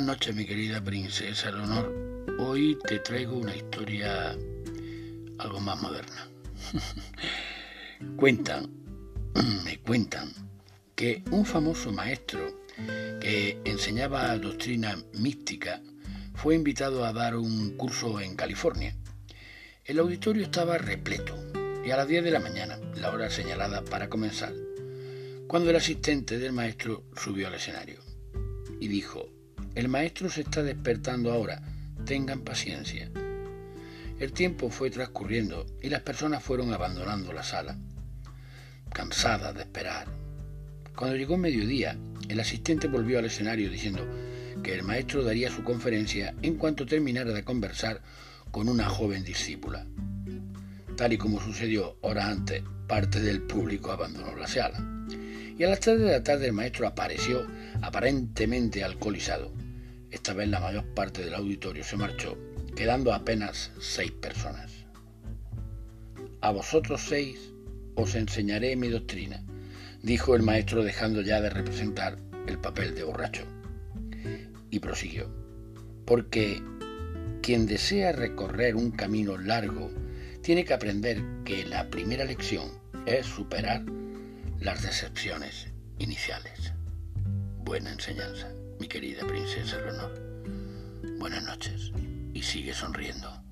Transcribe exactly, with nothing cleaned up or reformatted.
noches, mi querida princesa Leonor. Hoy te traigo una historia algo más moderna. Cuentan, me cuentan, que un famoso maestro que enseñaba doctrina mística fue invitado a dar un curso en California. El auditorio estaba repleto y a las diez de la mañana, la hora señalada para comenzar, cuando el asistente del maestro subió al escenario y dijo: «El maestro se está despertando ahora, tengan paciencia». El tiempo fue transcurriendo y las personas fueron abandonando la sala, cansadas de esperar. Cuando llegó mediodía, el asistente volvió al escenario diciendo que el maestro daría su conferencia en cuanto terminara de conversar con una joven discípula. Tal y como sucedió horas antes, parte del público abandonó la sala. Y a las tres de la tarde el maestro apareció aparentemente alcoholizado. Esta vez la mayor parte del auditorio se marchó, quedando apenas seis personas. «A vosotros seis os enseñaré mi doctrina», dijo el maestro, dejando ya de representar el papel de borracho. Y prosiguió: «Porque quien desea recorrer un camino largo tiene que aprender que la primera lección es superar las decepciones iniciales». Buena enseñanza, mi querida princesa Leonor. Buenas noches y sigue sonriendo.